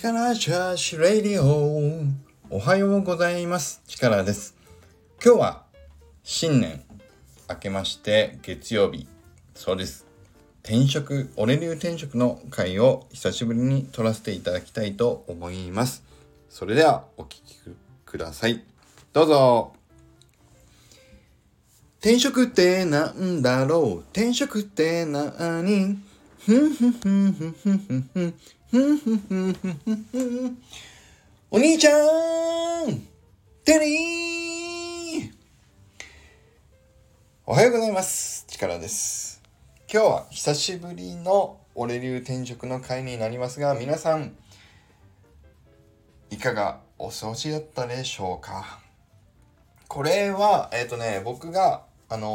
力チャージレディオ。おはようございます。力です。今日は新年明けまして月曜日。そうです。俺流転職の回を久しぶりに撮らせていただきたいと思います。それではお聞きください。どうぞ。転職ってなんだろう、転職ってなに、お兄ちゃんテリー。おはようございます。力です。今日は久しぶりの俺流転職の回になりますが、皆さんいかがお過ごしだったでしょうか。これは僕が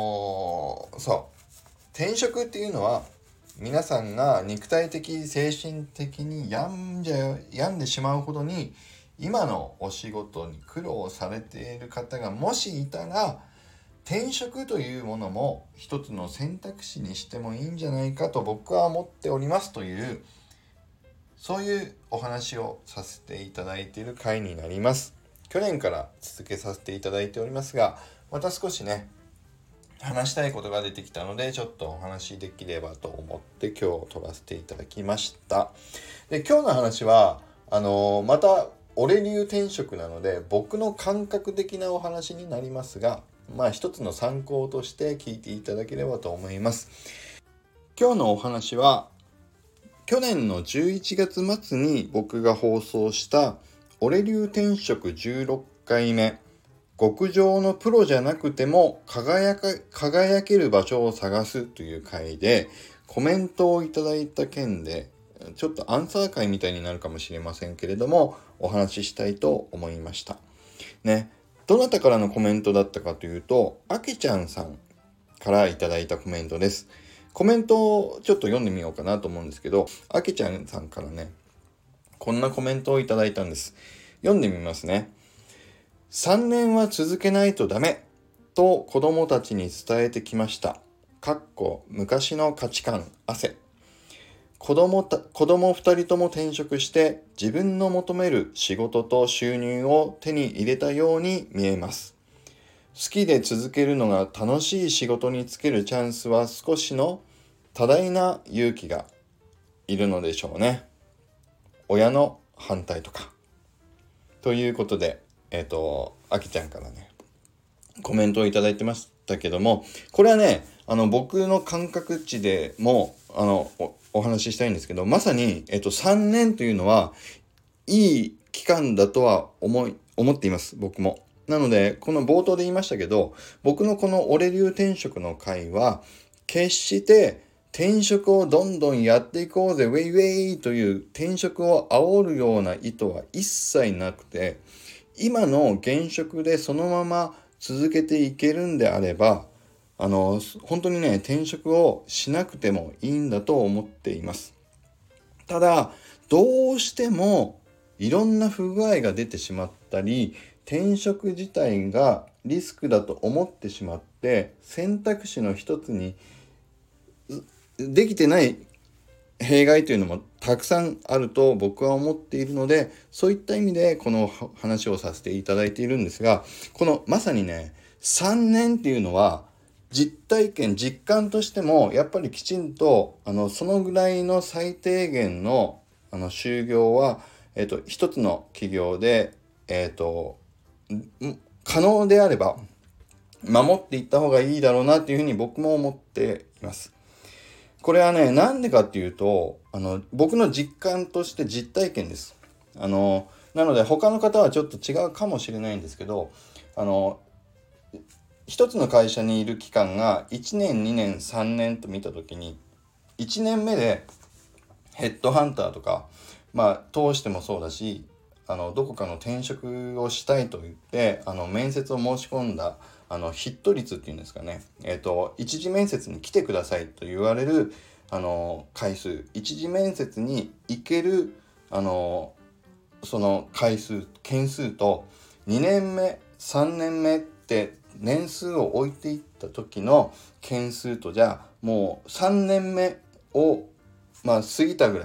転職っていうのは皆さんが肉体的精神的に病んでしまうほどに今のお仕事に苦労されている方がもしいたら、転職というものも一つの選択肢にしてもいいんじゃないかと僕は思っておりますという、そういうお話をさせていただいている回になります。去年から続けさせていただいておりますが、また少しね話したいことが出てきたので、ちょっとお話できればと思って今日撮らせていただきました。で、今日の話はまた俺流転職なので僕の感覚的なお話になりますが、一つの参考として聞いていただければと思います。今日のお話は去年の11月末に僕が放送した俺流転職16回目、極上のプロじゃなくても輝ける場所を探すという回でコメントをいただいた件で、ちょっとアンサー回みたいになるかもしれませんけれども、お話ししたいと思いましたね。どなたからのコメントだったかというと、あけちゃんさんからいただいたコメントです。コメントをちょっと読んでみようかなと思うんですけど、あけちゃんさんからね、こんなコメントをいただいたんです。読んでみますね。3年は続けないとダメと子供たちに伝えてきました。昔の価値観汗。子供2人とも転職して自分の求める仕事と収入を手に入れたように見えます。好きで続けるのが楽しい仕事に就けるチャンスは少しの多大な勇気がいるのでしょうね。親の反対とか。ということで、あきちゃんからね、コメントをいただいてましたけども、これはね、僕の感覚値でも、お話ししたいんですけど、まさに、3年というのは、いい期間だとは思っています、僕も。なので、この冒頭で言いましたけど、僕のこの俺流転職の回は、決して転職をどんどんやっていこうぜ、ウェイウェイという転職を煽るような意図は一切なくて、今の現職でそのまま続けていけるんであれば、本当にね、転職をしなくてもいいんだと思っています。ただ、どうしてもいろんな不具合が出てしまったり、転職自体がリスクだと思ってしまって、選択肢の一つにできてない弊害というのもたくさんあると僕は思っているので、そういった意味でこの話をさせていただいているんですが、このまさにね、3年っていうのは実感としてもやっぱりきちんとそのぐらいの最低限の就業は一つの企業で可能であれば守っていった方がいいだろうなというふうに僕も思っています。これはね、なんでかっていうと、僕の実感として実体験です。なので他の方はちょっと違うかもしれないんですけど、一つの会社にいる期間が1年、2年、3年と見たときに、1年目でヘッドハンターとか、通してもそうだし、どこかの転職をしたいと言って、面接を申し込んだ、ヒット率っていうんですかね。一次面接に来てくださいと言われる、回数、一次面接に行ける、その件数と、2年目、3年目って年数を置いていった時の件数と、じゃあもう3年目を、過ぎたぐらい、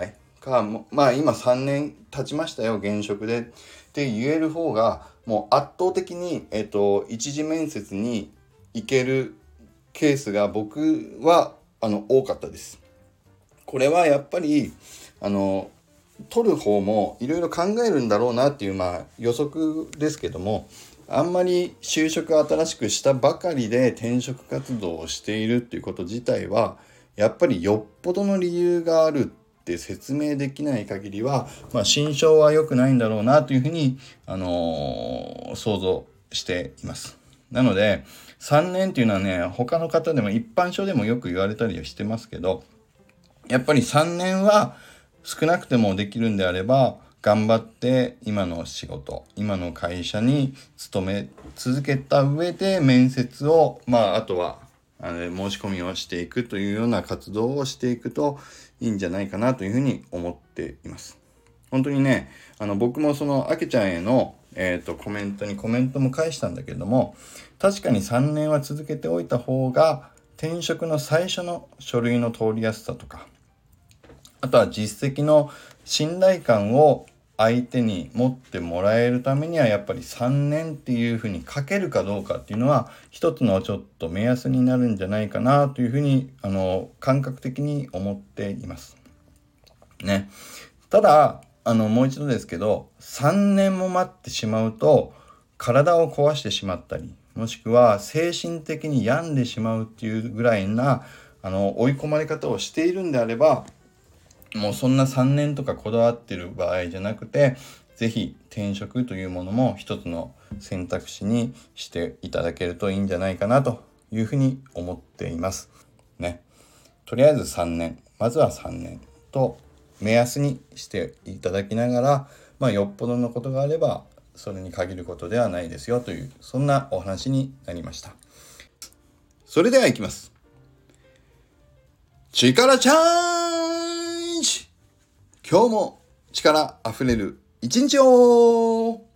まあ今3年経ちましたよ現職でって言える方がもう圧倒的に、一次面接に行けるケースが僕は多かったです。これはやっぱり取る方もいろいろ考えるんだろうなっていう予測ですけども、あんまり就職新しくしたばかりで転職活動をしているっていうこと自体はやっぱりよっぽどの理由があるって説明できない限りは、心象は良くないんだろうなというふうに、想像しています。なので3年っていうのはね、他の方でも一般書でもよく言われたりはしてますけど、やっぱり3年は少なくてもできるんであれば頑張って今の仕事、今の会社に勤め続けた上で面接をあとは申し込みをしていくというような活動をしていくといいんじゃないかなというふうに思っています。本当にね、僕もそのあけちゃんへの、コメントも返したんだけれども、確かに3年は続けておいた方が転職の最初の書類の通りやすさとか、あとは実績の信頼感を相手に持ってもらえるためにはやっぱり3年っていうふうに書けるかどうかっていうのは一つのちょっと目安になるんじゃないかなというふうに感覚的に思っていますね。ただもう一度ですけど、3年も待ってしまうと体を壊してしまったり、もしくは精神的に病んでしまうっていうぐらいな追い込まれ方をしているんであれば、もうそんな3年とかこだわってる場合じゃなくて、ぜひ転職というものも一つの選択肢にしていただけるといいんじゃないかなというふうに思っていますね。とりあえず3年、まずは3年と目安にしていただきながら、よっぽどのことがあればそれに限ることではないですよという、そんなお話になりました。それではいきます。力チャージ。今日も力あふれる一日を